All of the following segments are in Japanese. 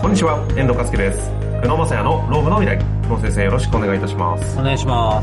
こんにちは、遠藤和樹です。久野正也のロームの未来。久野先生、よろしくお願いいたします。 お願いします。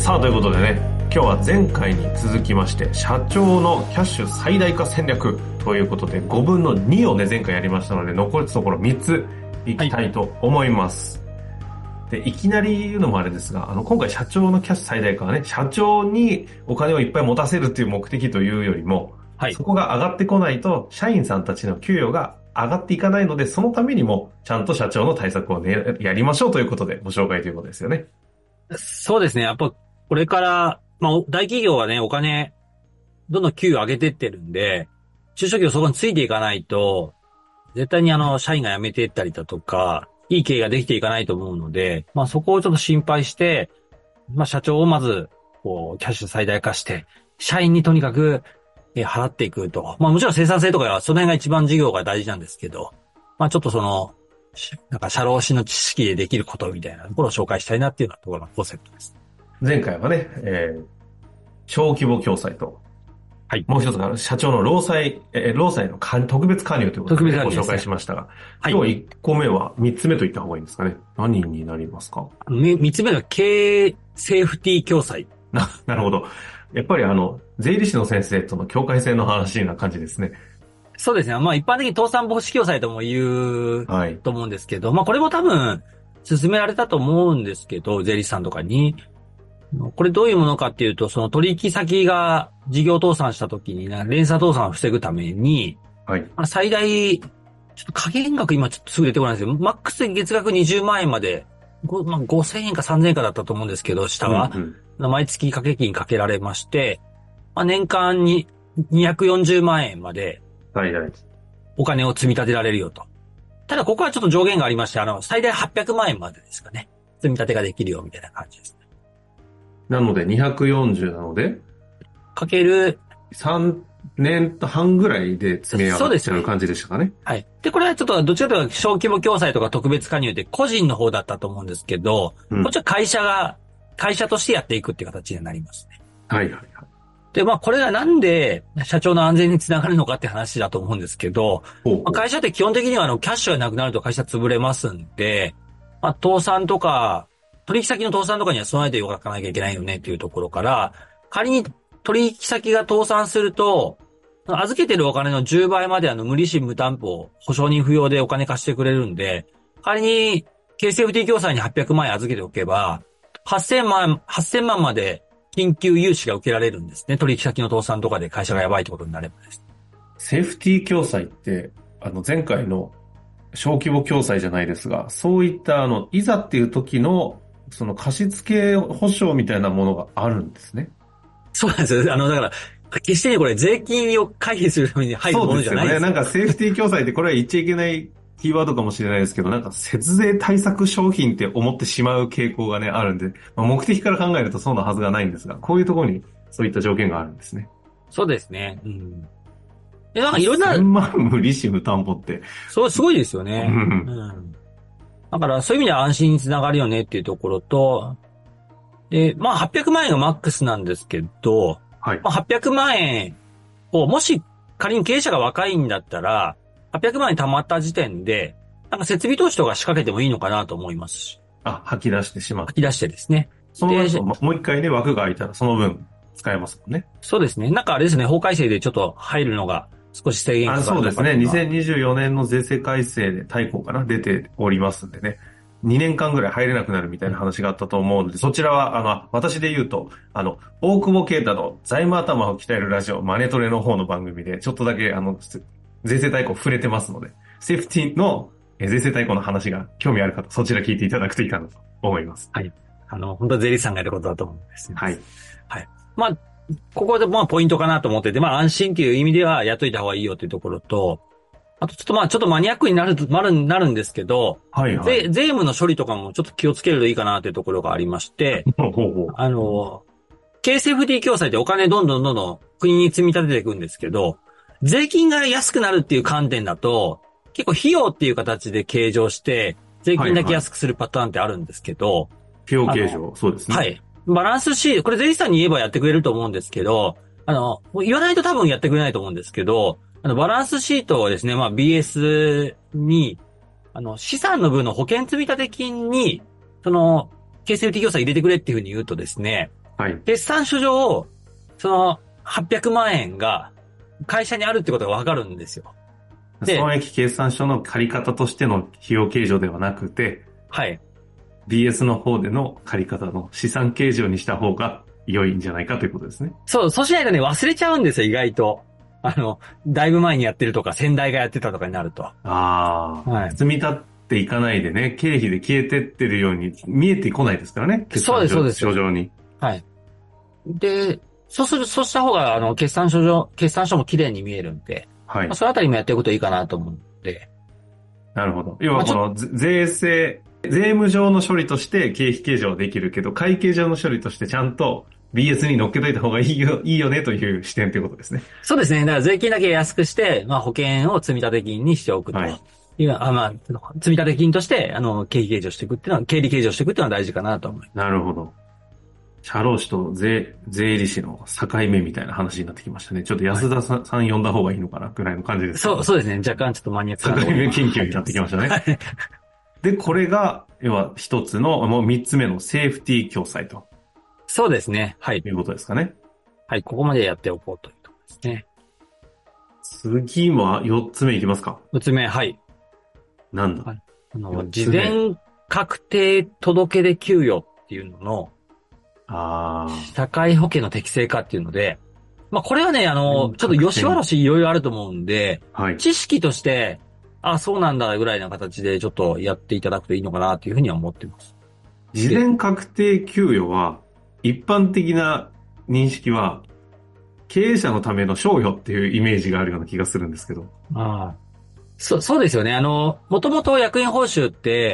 さあ、ということでね、今日は前回に続きまして、社長のキャッシュ最大化戦略ということで、5分の2をね、前回やりましたので、残りところ3ついきたいと思います。はい、で、いきなり言うのもあれですが、今回社長のキャッシュ最大化はね、社長にお金をいっぱい持たせるという目的というよりも、はい、そこが上がってこないと、社員さんたちの給与が上がっていかないので、そのためにも、ちゃんと社長の対策をね、やりましょうということでご紹介ということですよね。 そうですね。やっぱ、これから、大企業はね、お金、どんどん給与上げてってるんで、中小企業そこについていかないと、絶対に社員が辞めていったりだとか、いい経営ができていかないと思うので、そこをちょっと心配して、社長をまず、キャッシュ最大化して、社員にとにかく、払っていくと。もちろん生産性とかは、その辺が一番事業が大事なんですけど、ちょっと社労士の知識でできることみたいなところを紹介したいなっていうようなところがコンセプトです。 前回はね、小規模共済と、はい。もう一つが社長の労災の特別加入ということで、ご紹介しましたが、はい、今日1個目は3つ目と言った方がいいんですかね。何になりますか ？3つ目は経営セーフティー共済。 なるほど。やっぱり税理士の先生との境界線の話な感じですね。 そうですね。一般的に倒産防止共済とも言うと思うんですけど、これも多分進められたと思うんですけど、税理士さんとかに。これどういうものかっていうと、その取引先が事業倒産した時に連鎖倒産を防ぐために、はい。最大、ちょっと加減額今ちょっとすぐ出てこないんですけど、マックス月額20万円まで、5000円か3000円かだったと思うんですけど、下は。毎月掛け金かけられまして、年間に240万円まで、お金を積み立てられるよと。ただここはちょっと上限がありまして、最大800万円までですかね。積み立てができるよみたいな感じですね。 なので240なので、 かける 3年半ぐらいで積み上がっちゃう感じでしたかね。 はい。で、これはちょっとどちらかというと小規模共済とか特別加入で個人の方だったと思うんですけど、こっちは会社としてやっていくっていう形になりますね。 はいはいはい。 で、これがなんで社長の安全につながるのかって話だと思うんですけど、会社って基本的にはキャッシュがなくなると会社潰れますんで、倒産とか、取引先の倒産とかには備えておかなきゃいけないよねっていうところから、仮に取引先が倒産すると、預けてるお金の10倍まで無利子無担保、保証人不要でお金貸してくれるんで、仮に経営セーフティー共済に800万円預けておけば、8000万まで緊急融資が受けられるんですね。取引先の倒産とかで会社がやばいってことになればです。 セーフティー共済って、前回の小規模共済じゃないですが、そういったいざっていう時の、その貸付保証みたいなものがあるんですね。 そうなんですよ。だから、決してこれ税金を回避するために入るものじゃないですよ。 そうですよね。なんかセーフティー共済ってこれは言っちゃいけないキーワードかもしれないですけど、なんか節税対策商品って思ってしまう傾向がね、あるんで、目的から考えるとそうなはずがないんですが、こういうところにそういった条件があるんですね。 そうですね。うん。なんかいろんな。 1000万無利子無担保って。 そう、すごいですよね。だからそういう意味では安心につながるよねっていうところと、で、800万円がマックスなんですけど、はい。800万円を、もし仮に経営者が若いんだったら、800万円貯まった時点で、なんか設備投資とか仕掛けてもいいのかなと思いますし。 吐き出してしまう。 吐き出してですね。 その後、もう一回ね、枠が空いたらその分使えますもんね。 そうですね。なんかあれですね、法改正でちょっと入るのが少し制限がかかるのかな。 そうですね。2024年の税制改正で大綱かな、出ておりますんでね。2年間ぐらい入れなくなるみたいな話があったと思うので、そちらは、私で言うと、大久保啓太の財務頭を鍛えるラジオ、マネトレの方の番組で、ちょっとだけ、税制大綱触れてますので、セーフティーの税制大綱の話が興味ある方、そちら聞いていただくといいかなと思います。 はい。本当は税理士さんがやることだと思うんですね。 はい。 はい。ここでポイントかなと思ってて、安心っていう意味ではやっといた方がいいよというところと、あとちょっとマニアックになるんですけど、はいはい。税務の処理とかもちょっと気をつけるといいかなというところがありまして、経営セーフティー共済でお金どんどん国に積み立てていくんですけど、税金が安くなるっていう観点だと、結構費用っていう形で計上して、税金だけ安くするパターンってあるんですけど、 費用計上、そうですね。 はい。バランスシート、これ税理士さんに言えばやってくれると思うんですけど、言わないと多分やってくれないと思うんですけど、バランスシートをですね、BS に、 資産の分の保険積立金に、形成適用債入れてくれっていうふうに言うとですね、 はい。 決算書上、800万円が会社にあるってことがわかるんですよ。 損益計算書の借り方としての費用計上ではなくて、 はい。 BS の方での借り方の資産計上にした方が良いんじゃないかということですね。 そう、そうしないとね、忘れちゃうんですよ、意外と。だいぶ前にやってるとか、先代がやってたとかになると。 ああ。 はい。 積み立っていかないでね、経費で消えてってるように見えてこないですからね。 そうです、そうです。 書上に。 はい。で、そうした方が、決算書も綺麗に見えるんで、 はい。 そのあたりもやっていくといいかなと思うんで。 なるほど。要はこの税務上の処理として経費計上できるけど、会計上の処理としてちゃんと BS に乗っけといた方がいいよねという視点ということですね。 そうですね。だから税金だけ安くして、保険を積立金にしておくと。はい。積立金として、経費計上していくっていうのは、経理計上していくっていうのは大事かなと思います。 なるほど。社労士と税理士の境目みたいな話になってきましたね。ちょっと安田さん、呼んだ方がいいのかなぐらいの感じです、 ね。そうですね。若干ちょっとマニアックな。 境目研究になってきましたね。はい。で、これが、要は一つの、もう三つ目のセーフティー共済と。 そうですね。はい。 ということですかね。 はい。ここまでやっておこうというところですね。 次は四つ目いきますか。 四つ目、はい。 なんだ、 はい、事前確定届出給与っていうのの、社会保険の適正化っていうので、これはね、ちょっと吉原氏いろいろあると思うんで、はい、知識として、そうなんだぐらいな形でちょっとやっていただくといいのかなというふうには思っています。 事前確定給与は、一般的な認識は、経営者のための賞与っていうイメージがあるような気がするんですけど。 そうですよね。もともと役員報酬って、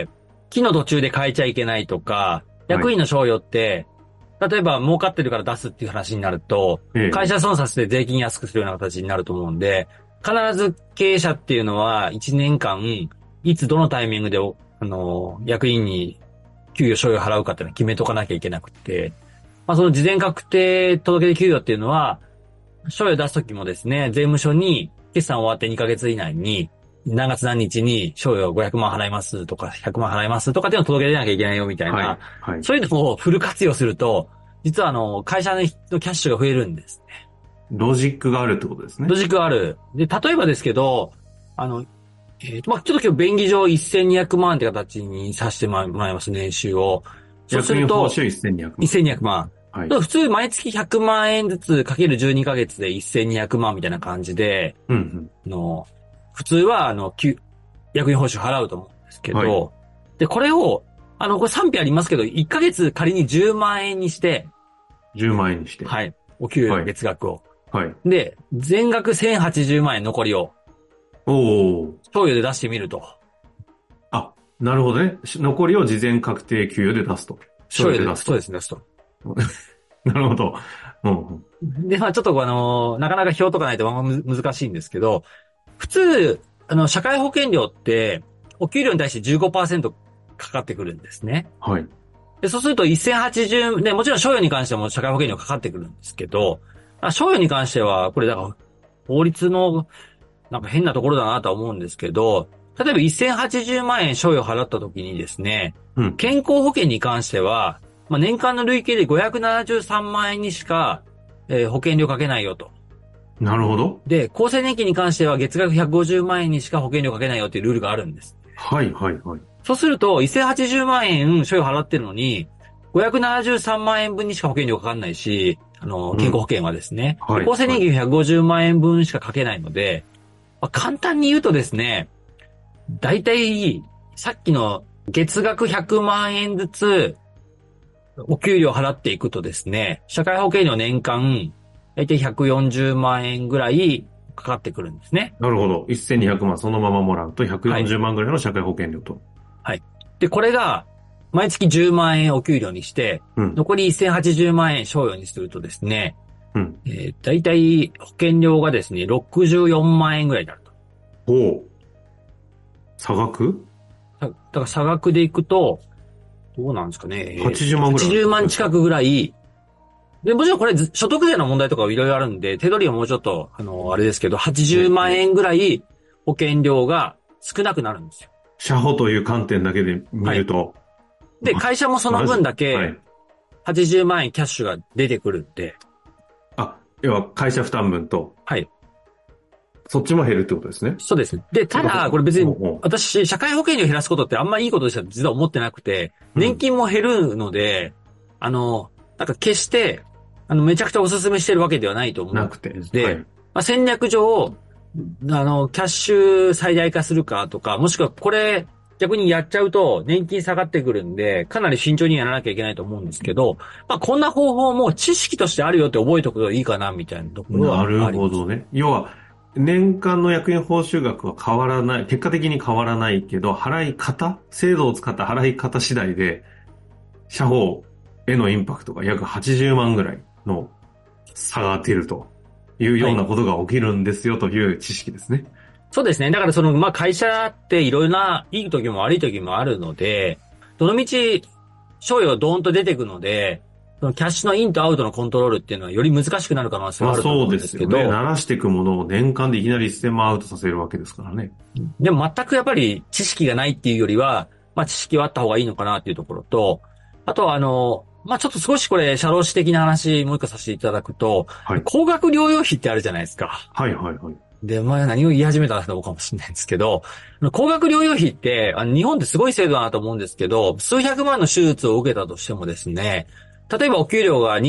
期の途中で変えちゃいけないとか、役員の賞与って、はい、例えば儲かってるから出すっていう話になると、会社損させて税金安くするような形になると思うんで、必ず経営者っていうのは1年間、いつどのタイミングで、役員に給与賞与払うかっていうのは決めとかなきゃいけなくて、その事前確定届出給与っていうのは、賞与出すときもですね、税務署に決算終わって2ヶ月以内に、何月何日に賞与500万払いますとか、100万払いますとかっていうのを届け出なきゃいけないよみたいな、はいはい、そういうのをフル活用すると、実は会社のキャッシュが増えるんですね。 ロジックがあるってことですね。 ロジックがある。で、例えばですけど、ちょっと今日便宜上1200万って形にさせてもらいます、年収を。 そうすると、報酬1200万。 1200万。はい、普通毎月100万円ずつかける12ヶ月で1200万みたいな感じで、 うんうん、 普通は役員報酬払うと思うんですけど、はい、で、これを、これ賛否ありますけど、1ヶ月仮に10万円にして、 10万円にして。 はい。お給料の月額を。 はい。 で、全額1080万円残りを、賞与で出してみると。 なるほどね。残りを事前確定給与で出すと。 賞与で出すと。そうです、出すと。 なるほど。 で、ちょっとなかなか表とかないと難しいんですけど、普通、社会保険料って、お給料に対して 15% かかってくるんですね。 はい。 で、そうすると1080、で、もちろん賞与に関しても社会保険料かかってくるんですけど、賞与に関しては、これだから、法律の、なんか変なところだなとは思うんですけど、例えば1080万円賞与払った時にですね、健康保険に関しては、年間の累計で573万円にしか、保険料かけないよと。 なるほど。 で、厚生年金に関しては月額150万円にしか保険料かけないよっていうルールがあるんです。 はいはいはい。 そうすると、1080万円賞与払ってるのに、573万円分にしか保険料かかんないし、健康保険はですね、はい、厚生年金150万円分しかかけないので、簡単に言うとですね、だいたいさっきの月額100万円ずつお給料払っていくとですね、社会保険料年間だいたい140万円ぐらいかかってくるんですね。 なるほど。1200万そのままもらうと140万ぐらいの社会保険料と。 はい。で、これが毎月10万円お給料にして、残り1080万円賞与にするとですね、だいたい保険料がですね、64万円ぐらいになると。 おう。差額？ だから差額でいくと、どうなんですかね。 80万ぐらい。 80万近くぐらい。で、もちろんこれ所得税の問題とかいろいろあるんで、手取りはもうちょっと、あれですけど、80万円ぐらい保険料が少なくなるんですよ。 社保という観点だけで見ると。はい、 で、会社もその分だけ、80万円キャッシュが出てくるんで。 あ、要は会社負担分と。 はい。 そっちも減るってことですね。 そうですね。で、ただ、これ別に、私、社会保険料を減らすことってあんまりいいことでしたら実は思ってなくて、年金も減るので、なんか決して、めちゃくちゃお勧めしてるわけではないと思う。 なくて。 で、はい、まあ、戦略上、キャッシュ最大化するかとか、もしくはこれ、逆にやっちゃうと年金下がってくるんで、かなり慎重にやらなきゃいけないと思うんですけど、まあこんな方法も知識としてあるよって覚えておくといいかなみたいなところはあります。 なるほどね。要は、年間の役員報酬額は変わらない、結果的に変わらないけど、払い方、制度を使った払い方次第で、社保へのインパクトが約80万ぐらいの差が出るというようなことが起きるんですよという知識ですね。はい、 そうですね。だからまあ会社っていろいろないい時も悪い時もあるので、どのみち、賞与がドーンと出てくので、そのキャッシュのインとアウトのコントロールっていうのはより難しくなる可能性があると思うんですけど。まあそうですよね。慣らしていくものを年間でいきなり1000万アウトさせるわけですからね。 でも全くやっぱり知識がないっていうよりは、まあ知識はあった方がいいのかなっていうところと、あとはまあちょっと少しこれ、社労士的な話もう一回させていただくと、はい、高額療養費ってあるじゃないですか。 はいはいはい。 で、まあ何を言い始めたのかもしれないんですけど、高額療養費って、日本ってすごい制度だなと思うんですけど、数百万の手術を受けたとしてもですね、例えばお給料が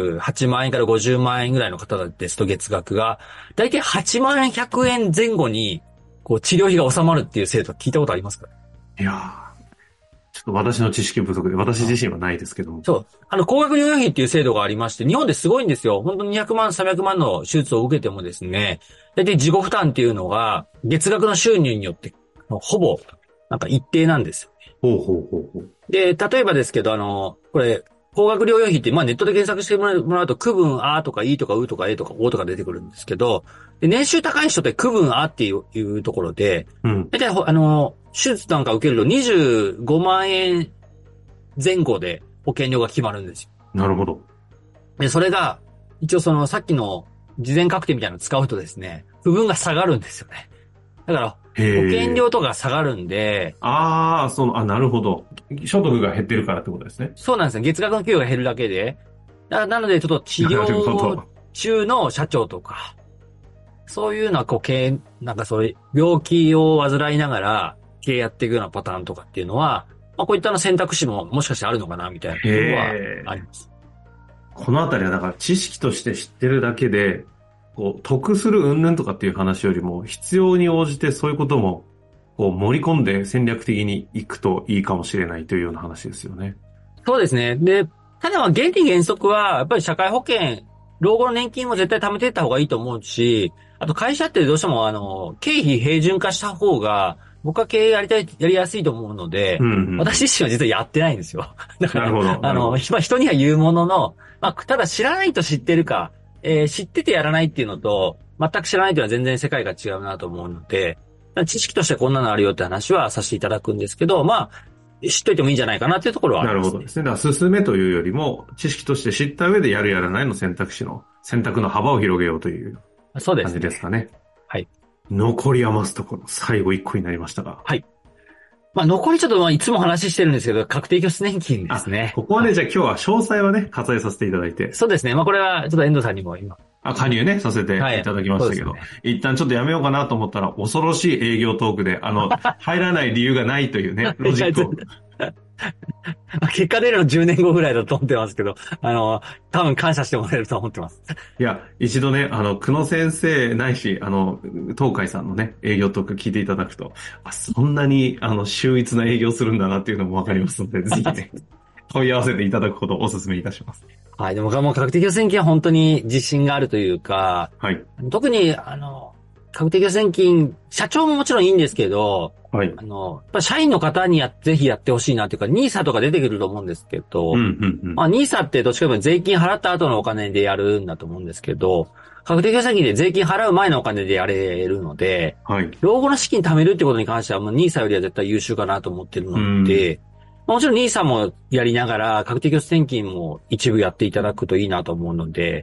28万円から50万円ぐらいの方ですと月額が、だいたい8万円100円前後に、治療費が収まるっていう制度聞いたことありますか？ いやー。ちょっと私の知識不足で、私自身はないですけども。 そう。高額療養費っていう制度がありまして、日本ですごいんですよ。本当に200万、300万の手術を受けてもですね、だいたい自己負担っていうのが、月額の収入によって、ほぼ、なんか一定なんですよね。 ほうほうほうほう。 で、例えばですけど、これ、高額療養費って、まあネットで検索してもらうと、区分あとかいとかうとかえとかおとか出てくるんですけど、で年収高い人って区分あっていうところで、だいたい手術なんか受けると25万円前後で保険料が決まるんですよ。 なるほど。 で、それが、一応さっきの事前確定みたいなのを使うとですね、区分が下がるんですよね。だから、保険料とか下がるんで。 なるほど。所得が減ってるからってことですね。 そうなんですよ。月額の給与が減るだけで。なので、ちょっと治療中の社長とか、そういうのはなんかそういう病気を患いながら経営やっていくようなパターンとかっていうのは、まあこういった選択肢ももしかしてあるのかなみたいなところはあります。 このあたりはだから知識として知ってるだけで、得する云々とかっていう話よりも必要に応じてそういうことも盛り込んで戦略的にいくといいかもしれないというような話ですよね。 そうですね。で、ただ原理原則はやっぱり社会保険、老後の年金も絶対貯めていった方がいいと思うし、あと会社ってどうしても経費平準化した方が僕は経営やりやすいと思うので、私自身は実はやってないんですよ。だから、人には言うものの、まあ、ただ知らないと知ってるか、知っててやらないっていうのと、全く知らないっていうのは全然世界が違うなと思うので、知識としてこんなのあるよって話はさせていただくんですけど、まあ、知っといてもいいんじゃないかなっていうところはあります、ね。 なるほどですね。だから進めというよりも、知識として知った上でやるやらないの選択の幅を広げようという感じですかね。 はい。 残り余すところ、最後1個になりましたが。 はい。まあ、残りちょっといつも話してるんですけど、確定拠出年金ですね。 ここはね、じゃあ今日は詳細はね、割愛させていただいて。 そうですね。まあ、これはちょっと遠藤さんにも今。 加入ね、させていただきましたけど、一旦ちょっとやめようかなと思ったら、恐ろしい営業トークで、入らない理由がないというね、ロジックを。 結果出るの10年後ぐらいだと思ってますけど、多分感謝してもらえると思ってます。 いや、一度ね、久野先生ないし、東海さんのね、営業トーク聞いていただくと、そんなに、秀逸な営業するんだなっていうのもわかりますので、ぜひね、問い合わせていただくことをお勧めいたします。 はい、でも確定拠出年金は本当に自信があるというか、 はい。 特に、確定拠出年金、社長ももちろんいいんですけど、 はい。 やっぱ社員の方にぜひやってほしいなというか、NISA とか出てくると思うんですけど、まあ NISA ってどっちかというと税金払った後のお金でやるんだと思うんですけど、確定拠出年金で税金払う前のお金でやれるので、 はい。 老後の資金貯めるってことに関しては、もう NISA よりは絶対優秀かなと思ってるので、もちろん NISA もやりながら、確定拠出年金も一部やっていただくといいなと思うので、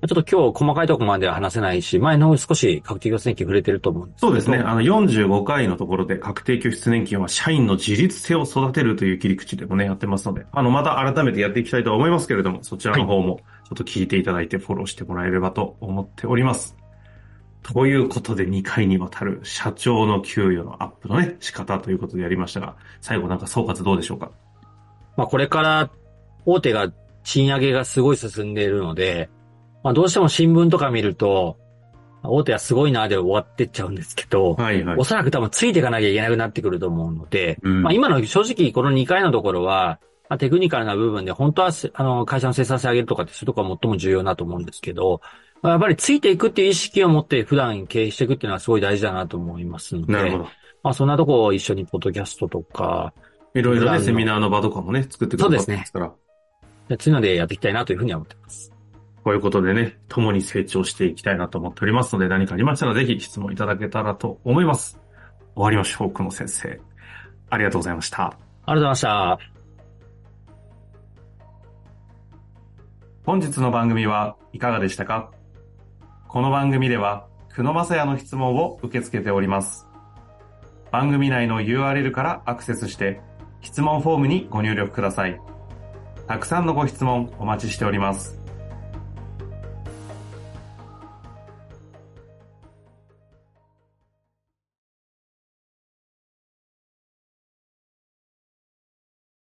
ちょっと今日細かいところまでは話せないし、前の方少し確定拠出年金触れてると思うんですけど。 そうですね。45回のところで確定拠出年金は社員の自立性を育てるという切り口でもね、やってますので、また改めてやっていきたいとは思いますけれども、そちらの方もちょっと聞いていただいてフォローしてもらえればと思っております。ということで2回にわたる社長の給与のアップのね、仕方ということでやりましたが、最後なんか総括どうでしょうか？ これから大手が賃上げがすごい進んでいるので、どうしても新聞とか見ると、大手はすごいなで終わってっちゃうんですけど、 はいはい。 おそらく多分ついていかなきゃいけなくなってくると思うので、 うん、 今の正直この2回のところは、テクニカルな部分で本当は会社の生産性上げるとかってそういうところが最も重要だと思うんですけど、やっぱりついていくっていう意識を持って普段経営していくっていうのはすごい大事だなと思いますので、 なるほど。 そんなとこを一緒にポッドキャストとか、 いろいろね、セミナーの場とかもね、作ってくださってますから。 そういうのでやっていきたいなというふうには思っています。 こういうことでね、共に成長していきたいなと思っておりますので、何かありましたらぜひ質問いただけたらと思います。終わりましょう、久野先生。ありがとうございました。 ありがとうございました。 本日の番組はいかがでしたか？この番組では、久野正也の質問を受け付けております。番組内の URL からアクセスして、質問フォームにご入力ください。たくさんのご質問お待ちしております。